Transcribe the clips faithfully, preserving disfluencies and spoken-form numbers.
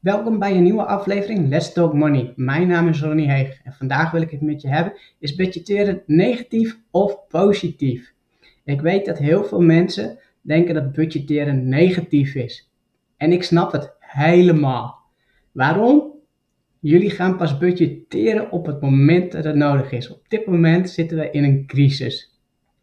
Welkom bij een nieuwe aflevering Let's Talk Money. Mijn naam is Ronnie Heeg en vandaag wil ik het met je hebben, is budgetteren negatief of positief? Ik weet dat heel veel mensen denken dat budgetteren negatief is. En ik snap het helemaal. Waarom? Jullie gaan pas budgetteren op het moment dat het nodig is. Op dit moment zitten we in een crisis.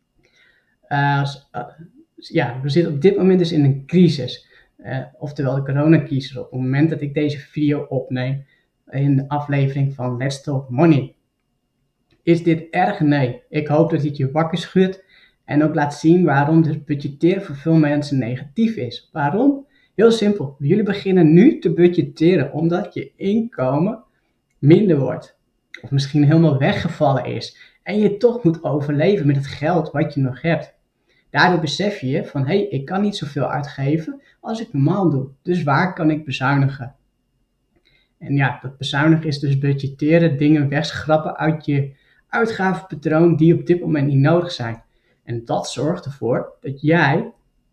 Uh, uh, ja, we zitten op dit moment dus in een crisis. Uh, oftewel de coronacrisis. Op het moment dat ik deze video opneem in de aflevering van Let's Talk Money. Is dit erg? Nee. Ik hoop dat dit je wakker schudt en ook laat zien waarom dus budgetteren voor veel mensen negatief is. Waarom? Heel simpel. Jullie beginnen nu te budgetteren omdat je inkomen minder wordt. Of misschien helemaal weggevallen is. En je toch moet overleven met het geld wat je nog hebt. Daardoor besef je van, hé, hey, ik kan niet zoveel uitgeven als ik normaal doe. Dus waar kan ik bezuinigen? En ja, dat bezuinigen is dus budgetteren, dingen wegschrappen uit je uitgavenpatroon die op dit moment niet nodig zijn. En dat zorgt ervoor dat jij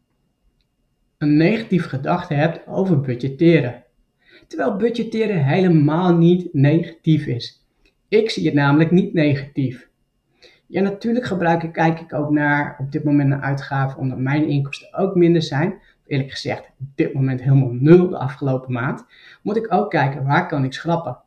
een negatieve gedachte hebt over budgetteren. Terwijl budgetteren helemaal niet negatief is. Ik zie het namelijk niet negatief. Ja, natuurlijk gebruik ik, kijk ik ook naar op dit moment naar uitgaven, omdat mijn inkomsten ook minder zijn. Eerlijk gezegd, op dit moment helemaal nul de afgelopen maand. Moet ik ook kijken, waar kan ik schrappen?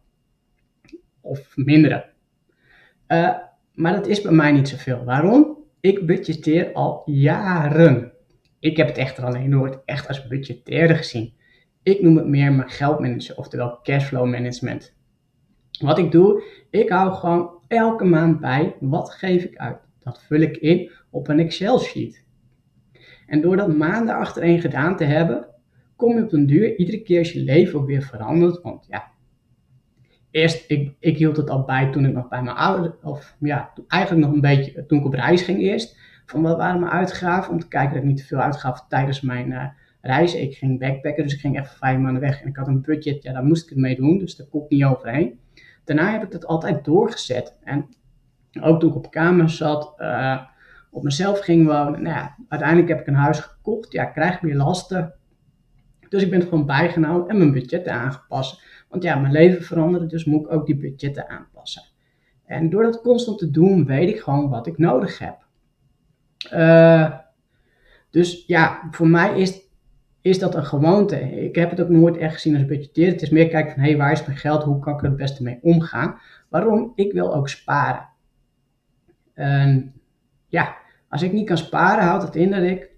Of minderen. Uh, maar dat is bij mij niet zoveel. Waarom? Ik budgetteer al jaren. Ik heb het echter alleen nooit echt als budgetteerder gezien. Ik noem het meer mijn geldmanager, oftewel cashflow management. Wat ik doe, ik hou gewoon elke maand bij, wat geef ik uit? Dat vul ik in op een Excel sheet. En door dat maanden achtereen gedaan te hebben, kom je op den duur, iedere keer als je leven ook weer verandert. Want ja, eerst, ik, ik hield het al bij toen ik nog bij mijn ouders, of ja, eigenlijk nog een beetje, toen ik op reis ging eerst. Van wat waren mijn uitgaven, om te kijken dat ik niet te veel uitgaf tijdens mijn uh, reizen. Ik ging backpacken, dus ik ging echt vijf maanden weg. En ik had een budget, ja, daar moest ik het mee doen, dus daar kon ik niet overheen. Daarna heb ik dat altijd doorgezet. En ook toen ik op kamer zat, uh, op mezelf ging wonen. Nou ja, uiteindelijk heb ik een huis gekocht. Ja, ik krijg meer lasten. Dus ik ben het gewoon bijgenomen en mijn budgetten aangepast. Want ja, mijn leven veranderde, dus moet ik ook die budgetten aanpassen. En door dat constant te doen, weet ik gewoon wat ik nodig heb. Uh, dus ja, voor mij is, is dat een gewoonte. Ik heb het ook nooit echt gezien als budgetteren. Het is meer kijken van, hé, hey, waar is mijn geld? Hoe kan ik er het beste mee omgaan? Waarom? Ik wil ook sparen. En ja, als ik niet kan sparen, houdt het in dat ik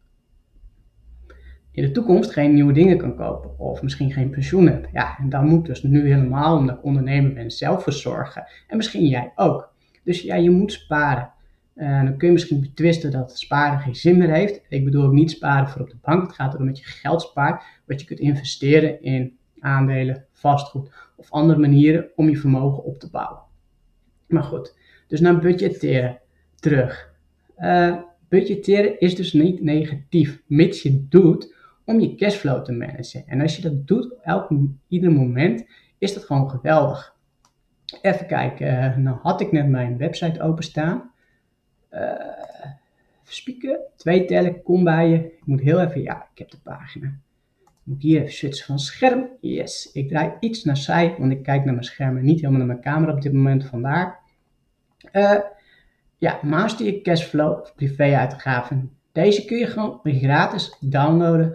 in de toekomst geen nieuwe dingen kan kopen. Of misschien geen pensioen heb. Ja, en dan moet ik dus nu helemaal, omdat ik ondernemer ben, zelf verzorgen. En misschien jij ook. Dus ja, je moet sparen. En dan kun je misschien betwisten dat sparen geen zin meer heeft. Ik bedoel ook niet sparen voor op de bank. Het gaat erom dat je geld spaart, wat je kunt investeren in aandelen, vastgoed of andere manieren om je vermogen op te bouwen. Maar goed, dus naar budgetteren terug. Uh, budgetteren is dus niet negatief, mits je het doet om je cashflow te managen. En als je dat doet op elk, ieder moment, is dat gewoon geweldig. Even kijken, uh, nou had ik net mijn website openstaan. Uh, spieken, twee tellen, kom bij je. Ik moet heel even, ja, ik heb de pagina. Moet ik hier even switchen van scherm. Yes, ik draai iets naar zij, want ik kijk naar mijn scherm en niet helemaal naar mijn camera op dit moment, vandaar. Uh, ja, master je cashflow of privé-uitgaven. Deze kun je gewoon gratis downloaden.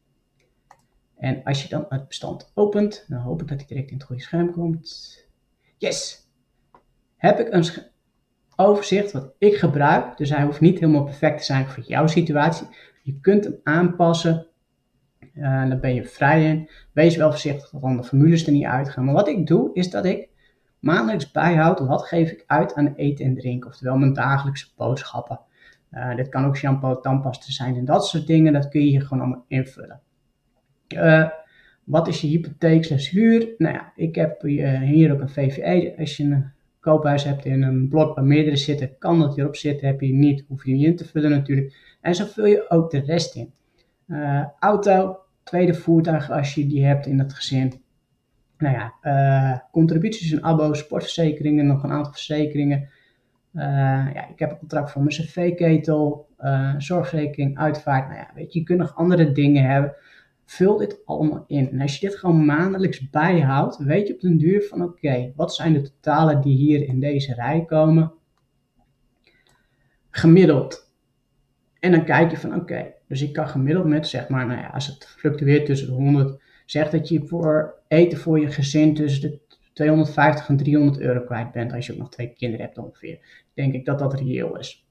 En als je dan het bestand opent, dan hoop ik dat hij direct in het goede scherm komt. Yes! Heb ik een overzicht wat ik gebruik. Dus hij hoeft niet helemaal perfect te zijn voor jouw situatie. Je kunt hem aanpassen. Uh, daar ben je vrij in. Wees wel voorzichtig dat dan de formules er niet uitgaan. Maar wat ik doe, is dat ik maandelijks bijhoud wat geef ik uit aan eten en drinken. Oftewel mijn dagelijkse boodschappen. Uh, dit kan ook shampoo, tandpasta zijn en dat soort dingen. Dat kun je hier gewoon allemaal invullen. Uh, wat is je hypotheek slash huur? Nou ja, ik heb uh, hier ook een V V E. Als je een koophuis hebt in een blok waar meerdere zitten, kan dat hierop zitten. Heb je niet, hoef je niet in te vullen natuurlijk. En zo vul je ook de rest in. Uh, auto, tweede voertuig als je die hebt in het gezin. Nou ja, uh, contributies en abo's, sportverzekeringen, nog een aantal verzekeringen. Uh, ja, ik heb een contract voor mijn cv-ketel, uh, zorgverzekering, uitvaart. Nou ja, weet je, je kunt nog andere dingen hebben. vul dit allemaal in. En als je dit gewoon maandelijks bijhoudt, weet je op den duur van oké, okay, wat zijn de totalen die hier in deze rij komen? Gemiddeld. En dan kijk je van oké, okay, dus ik kan gemiddeld met zeg maar, nou ja, als het fluctueert tussen de honderd, zeg dat je voor eten voor je gezin tussen de tweehonderdvijftig en driehonderd euro kwijt bent, als je ook nog twee kinderen hebt ongeveer. Denk ik dat dat reëel is.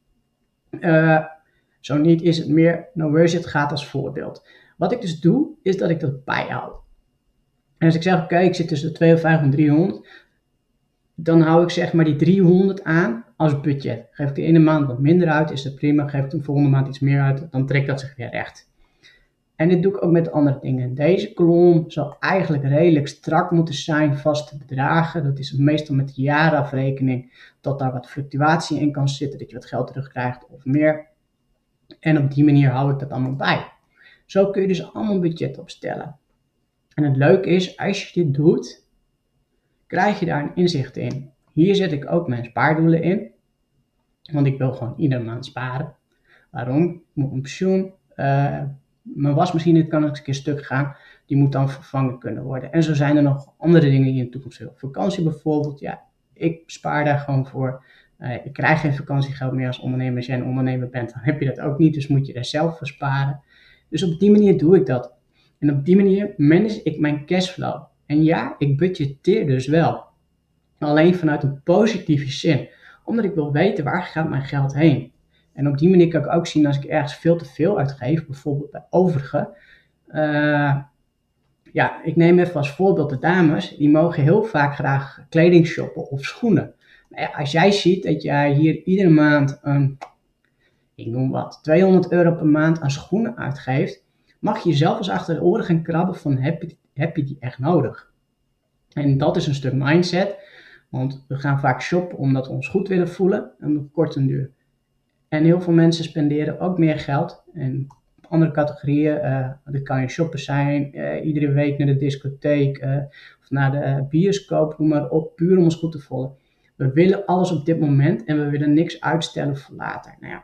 Uh, zo niet is het meer, nou where it gaat als voorbeeld. Wat ik dus doe, is dat ik dat bijhoud. En als ik zeg oké, okay, ik zit tussen de tweehonderdvijftig en driehonderd, dan hou ik zeg maar die driehonderd aan als budget. Geef ik de ene maand wat minder uit, is dat prima. Geef ik de volgende maand iets meer uit, dan trekt dat zich weer recht. En dit doe ik ook met andere dingen. Deze kolom zal eigenlijk redelijk strak moeten zijn, vaste bedragen. Dat is meestal met de jaarafrekening, dat daar wat fluctuatie in kan zitten, dat je wat geld terugkrijgt of meer. En op die manier hou ik dat allemaal bij. Zo kun je dus allemaal een budget opstellen. En het leuke is, als je dit doet, krijg je daar een inzicht in. Hier zet ik ook mijn spaardoelen in. Want ik wil gewoon iedere maand sparen. Waarom? Ik moet een pensioen. Uh, mijn wasmachine kan eens een keer stuk gaan. Die moet dan vervangen kunnen worden. En zo zijn er nog andere dingen die je in de toekomst wil. Vakantie bijvoorbeeld. Ja, ik spaar daar gewoon voor. Uh, ik krijg geen vakantiegeld meer als ondernemer. Als jij een ondernemer bent, dan heb je dat ook niet. Dus moet je daar zelf voor sparen. Dus op die manier doe ik dat. En op die manier manage ik mijn cashflow. En ja, ik budgetteer dus wel. Alleen vanuit een positieve zin. Omdat ik wil weten waar gaat mijn geld heen. En op die manier kan ik ook zien als ik ergens veel te veel uitgeef. Bijvoorbeeld bij overige. Uh, ja, ik neem even als voorbeeld de dames. Die mogen heel vaak graag kleding shoppen of schoenen. Maar ja, als jij ziet dat jij hier iedere maand een, ik noem wat, tweehonderd euro per maand aan schoenen uitgeeft. Mag je jezelf eens achter de oren gaan krabben van heb je, heb je die echt nodig? En dat is een stuk mindset. Want we gaan vaak shoppen omdat we ons goed willen voelen en op korte duur. En heel veel mensen spenderen ook meer geld. En op andere categorieën, uh, dat kan je shoppen zijn, uh, iedere week naar de discotheek uh, of naar de bioscoop, noem maar op, puur om ons goed te voelen. We willen alles op dit moment en we willen niks uitstellen voor later. Nou ja,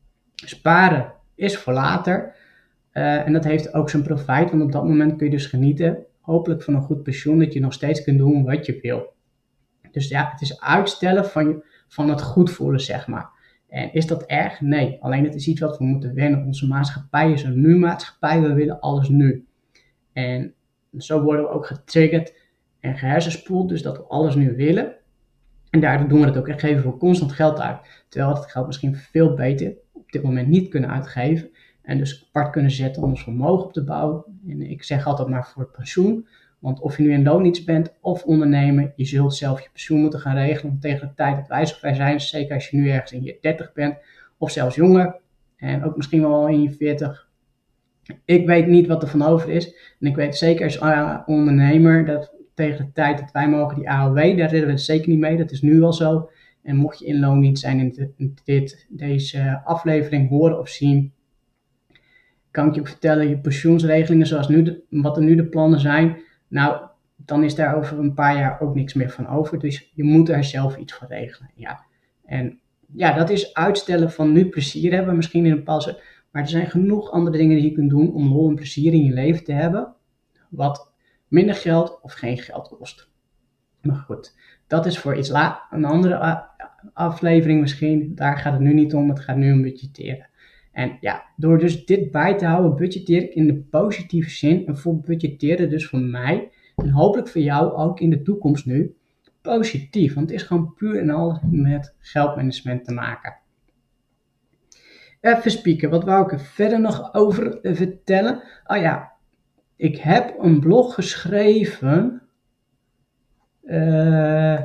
sparen is voor later uh, en dat heeft ook zijn profijt, want op dat moment kun je dus genieten, hopelijk van een goed pensioen, dat je nog steeds kunt doen wat je wil. Dus ja, het is uitstellen van, van het goed voelen, zeg maar. En is dat erg? Nee. Alleen het is iets wat we moeten wennen. Onze maatschappij is een nu-maatschappij. We willen alles nu. En zo worden we ook getriggerd en gehersenspoeld. Dus dat we alles nu willen. En daardoor doen we het ook. En geven we constant geld uit. Terwijl we het geld misschien veel beter op dit moment niet kunnen uitgeven. En dus apart kunnen zetten om ons vermogen op te bouwen. En ik zeg altijd maar voor het pensioen. Want of je nu in loondienst bent of ondernemer, je zult zelf je pensioen moeten gaan regelen. Want tegen de tijd dat wij zover zijn, zeker als je nu ergens in je dertig bent of zelfs jonger. En ook misschien wel in je veertig. Ik weet niet wat er van over is. En ik weet zeker als uh, ondernemer dat tegen de tijd dat wij mogen die A O W, daar redden we het zeker niet mee. Dat is nu al zo. En mocht je in loondienst zijn en in dit, deze aflevering horen of zien, kan ik je ook vertellen, je pensioensregelingen zoals nu de, wat er nu de plannen zijn, nou, dan is daar over een paar jaar ook niks meer van over. Dus je moet er zelf iets voor regelen. Ja. En ja, dat is uitstellen van nu plezier hebben, misschien in een pauze. Maar er zijn genoeg andere dingen die je kunt doen om lol en plezier in je leven te hebben. Wat minder geld of geen geld kost. Maar goed, dat is voor iets la- een andere aflevering misschien. Daar gaat het nu niet om, het gaat nu om budgetteren. En ja, door dus dit bij te houden, budgetteer ik in de positieve zin. En voor budgetteren dus voor mij, en hopelijk voor jou ook in de toekomst nu, positief. Want het is gewoon puur en alles met geldmanagement te maken. Even spieken, wat wou ik er verder nog over vertellen? Oh ja, ik heb een blog geschreven. Uh,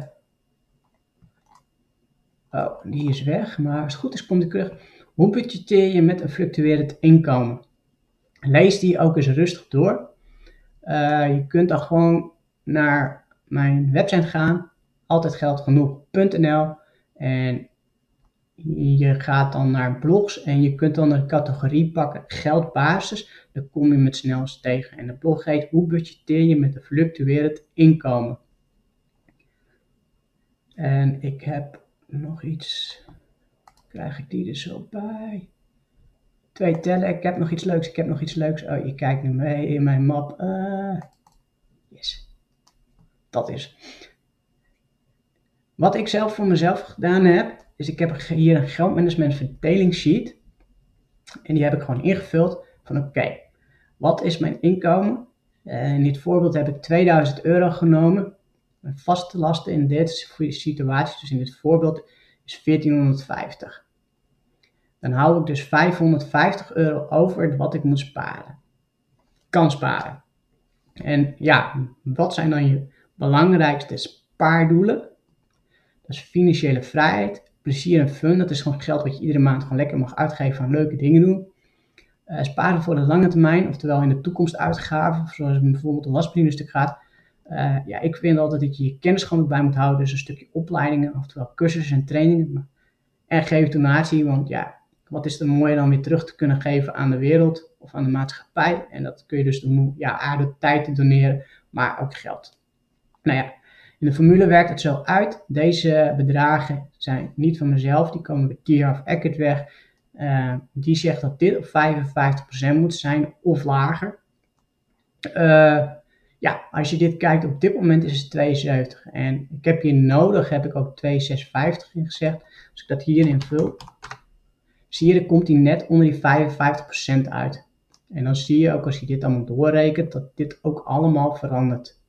oh, die is weg, maar als het goed is komt die terug. Hoe budgetteer je met een fluctuerend inkomen? Lees die ook eens rustig door. Uh, je kunt dan gewoon naar mijn website gaan, altijdgeldgenoeg punt n l, en je gaat dan naar blogs en je kunt dan een categorie pakken, geldbasis. Daar kom je met snelst tegen. En de blog heet hoe budgetteer je met een fluctuerend inkomen. En ik heb nog iets, krijg ik die er zo bij? twee tellen, ik heb nog iets leuks, ik heb nog iets leuks. Oh, je kijkt nu mee in mijn map. Uh, yes, dat is. Wat ik zelf voor mezelf gedaan heb, is ik heb hier een geldmanagement verdelingssheet. En die heb ik gewoon ingevuld van oké, okay, wat is mijn inkomen? Uh, in dit voorbeeld heb ik tweeduizend euro genomen. Mijn vaste lasten in deze situatie, dus in dit voorbeeld, is veertienhonderdvijftig. Dan hou ik dus vijfhonderdvijftig euro over wat ik moet sparen. Kan sparen. En ja, wat zijn dan je belangrijkste spaardoelen? Dat is financiële vrijheid, plezier en fun. Dat is gewoon geld wat je iedere maand gewoon lekker mag uitgeven aan leuke dingen doen. Uh, sparen voor de lange termijn, oftewel in de toekomst uitgaven, zoals bijvoorbeeld een lastverdienenstuk gaat. Uh, ja, ik vind altijd dat je je kennis gewoon bij moet houden, dus een stukje opleidingen, oftewel cursussen en trainingen. En geef donatie, want ja, wat is er mooier dan weer terug te kunnen geven aan de wereld of aan de maatschappij. En dat kun je dus doen, ja, aarde tijd te doneren, maar ook geld. Nou ja, in de formule werkt het zo uit. Deze bedragen zijn niet van mezelf, die komen bij T R F Eckert weg. Uh, die zegt dat dit op vijfenvijftig procent moet zijn of lager. Uh, ja, als je dit kijkt, op dit moment is het tweeënzeventig. En ik heb hier nodig, heb ik ook twee komma zesenvijftig in gezegd. Als ik dat hierin vul, zie je, dan komt hij net onder die vijfenvijftig procent uit. En dan zie je ook, als je dit allemaal doorrekent, dat dit ook allemaal verandert.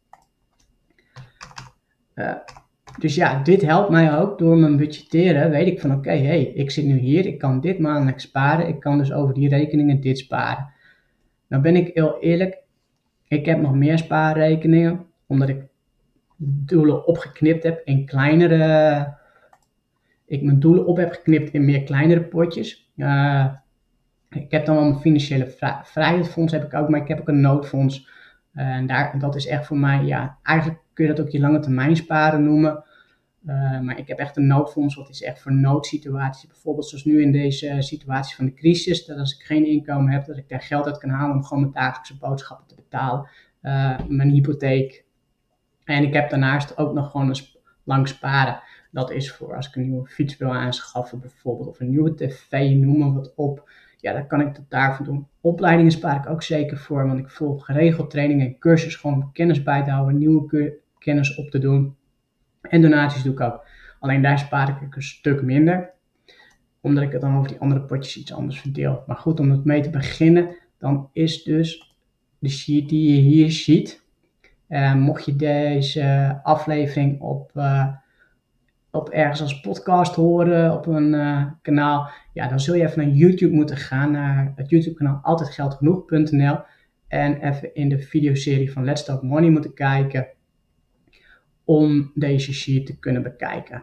Uh, dus ja, dit helpt mij ook door mijn budgetteren. Weet ik van oké, okay, hey, ik zit nu hier, ik kan dit maandelijk sparen. Ik kan dus over die rekeningen dit sparen. Nou ben ik heel eerlijk, ik heb nog meer spaarrekeningen, omdat ik doelen opgeknipt heb in kleinere... Ik mijn doelen op heb geknipt in meer kleinere potjes. Uh, ik heb dan wel mijn financiële vrij, vrijheidsfonds heb ik ook, maar ik heb ook een noodfonds. Uh, en daar, dat is echt voor mij, ja, eigenlijk kun je dat ook je lange termijn sparen noemen. Uh, maar ik heb echt een noodfonds, wat is echt voor noodsituaties. Bijvoorbeeld zoals nu in deze situatie van de crisis, dat als ik geen inkomen heb, dat ik daar geld uit kan halen om gewoon mijn dagelijkse boodschappen te betalen. Uh, mijn hypotheek. En ik heb daarnaast ook nog gewoon een sp- lang sparen. Dat is voor als ik een nieuwe fiets wil aanschaffen bijvoorbeeld, of een nieuwe tv, noem maar wat op. Ja, dan kan ik dat daarvoor doen. Opleidingen spaar ik ook zeker voor, want ik volg geregeld trainingen en cursus, gewoon om kennis bij te houden, nieuwe kennis op te doen. En donaties doe ik ook. Alleen daar spaar ik een stuk minder, omdat ik het dan over die andere potjes iets anders verdeel. Maar goed, om het mee te beginnen, dan is dus de sheet die je hier ziet. Uh, mocht je deze aflevering op, uh, op ergens als podcast horen, op een uh, kanaal, ja, dan zul je even naar YouTube moeten gaan, naar het YouTube kanaal altijd geld genoeg punt n l en even in de videoserie van Let's Talk Money moeten kijken om deze sheet te kunnen bekijken.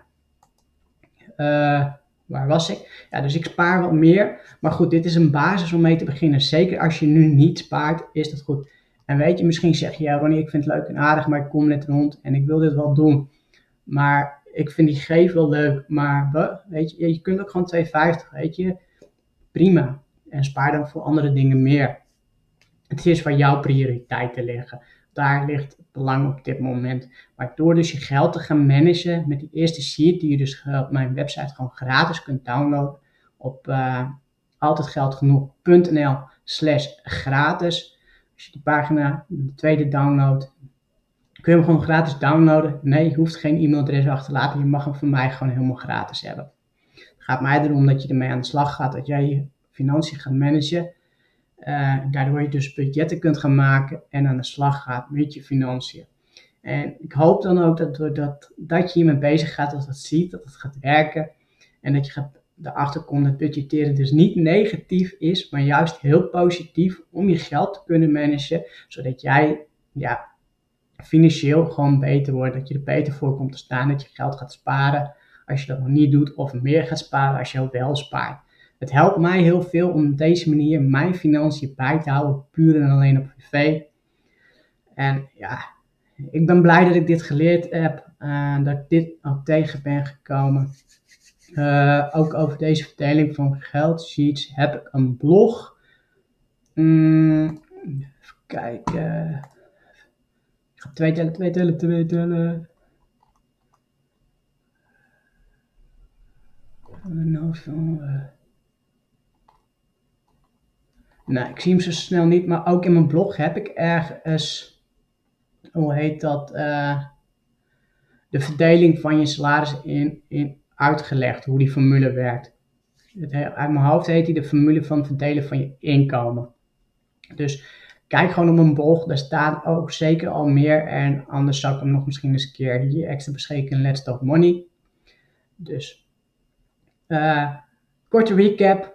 Uh, waar was ik? Ja, dus ik spaar wat meer, maar goed, dit is een basis om mee te beginnen. Zeker als je nu niet spaart, is dat goed. En weet je, misschien zeg je, ja Ronnie, ik vind het leuk en aardig, maar ik kom net rond en ik wil dit wel doen. Maar ik vind die geef wel leuk, maar weet je, je kunt ook gewoon twee vijftig, weet je. Prima. En spaar dan voor andere dingen meer. Het is waar jouw prioriteiten liggen. Daar ligt het belang op dit moment. Maar door dus je geld te gaan managen met die eerste sheet, die je dus op mijn website gewoon gratis kunt downloaden op uh, altijdgeldgenoeg punt n l slash gratis. Als je die pagina, de tweede download, kun je hem gewoon gratis downloaden. Nee, je hoeft geen e-mailadres achter te laten. Je mag hem van mij gewoon helemaal gratis hebben. Het gaat mij erom dat je ermee aan de slag gaat, dat jij je financiën gaat managen. Uh, daardoor je dus budgetten kunt gaan maken en aan de slag gaat met je financiën. En ik hoop dan ook dat doordat dat je hiermee bezig gaat, dat het ziet, dat het gaat werken. En dat je gaat, erachter komt dat budgetteren dus niet negatief is, maar juist heel positief om je geld te kunnen managen. Zodat jij ja, financieel gewoon beter wordt, dat je er beter voor komt te staan, dat je geld gaat sparen als je dat nog niet doet, of meer gaat sparen als je ook wel spaart. Het helpt mij heel veel om op deze manier mijn financiën bij te houden, puur en alleen op privé. En ja, ik ben blij dat ik dit geleerd heb, uh, dat ik dit ook tegen ben gekomen. Uh, ook over deze verdeling van geldsheets heb ik een blog. Mm, even kijken. Ik ga twee tellen, twee tellen, twee tellen. Nou, zo. Uh. Nou, ik zie hem zo snel niet, maar ook in mijn blog heb ik ergens, hoe heet dat, uh, de verdeling van je salaris in, in uitgelegd, hoe die formule werkt. Het, uit mijn hoofd heet die de formule van het verdelen van je inkomen. Dus kijk gewoon op mijn blog, daar staat ook zeker al meer en anders zou ik hem nog misschien eens een keer hier extra beschikbaar in Let's Talk Money. Dus, uh, korte recap.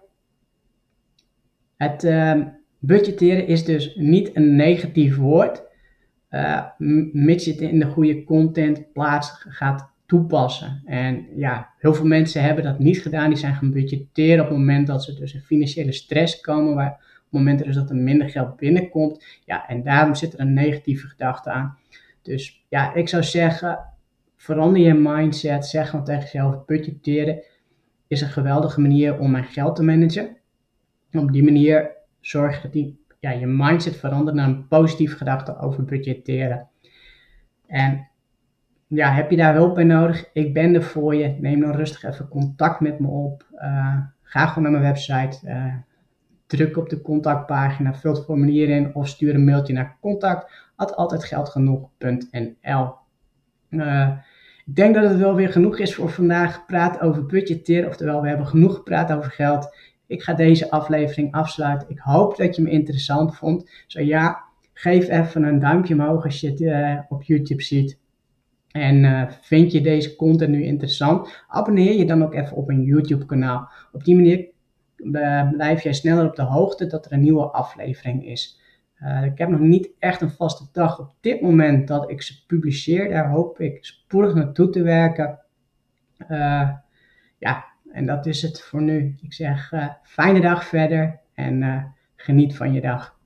Het uh, budgetteren is dus niet een negatief woord, uh, mits je het in de goede content plaats gaat toepassen. En ja, heel veel mensen hebben dat niet gedaan, die zijn gaan budgetteren op het moment dat ze dus in financiële stress komen, waar op het moment dus dat er minder geld binnenkomt, ja, en daarom zit er een negatieve gedachte aan. Dus ja, ik zou zeggen, verander je mindset, zeg gewoon tegen jezelf, budgetteren is een geweldige manier om mijn geld te managen. Op die manier zorg je dat die, ja, je mindset verandert naar een positieve gedachte over budgetteren. En ja, heb je daar hulp bij nodig? Ik ben er voor je. Neem dan rustig even contact met me op. Uh, ga gewoon naar mijn website. Uh, druk op de contactpagina, vul het formulier in of stuur een mailtje naar contact at altijdgeldgenoeg punt n l. Uh, ik denk dat het wel weer genoeg is voor vandaag gepraat over budgetteren. Oftewel, we hebben genoeg gepraat over geld. Ik ga deze aflevering afsluiten. Ik hoop dat je me interessant vond. Zo ja, geef even een duimpje omhoog als je het uh, op YouTube ziet. En uh, vind je deze content nu interessant? Abonneer je dan ook even op mijn YouTube kanaal. Op die manier uh, blijf jij sneller op de hoogte dat er een nieuwe aflevering is. Uh, ik heb nog niet echt een vaste dag op dit moment dat ik ze publiceer. Daar hoop ik spoedig naartoe te werken. Uh, ja, en dat is het voor nu. Ik zeg uh, fijne dag verder en uh, geniet van je dag.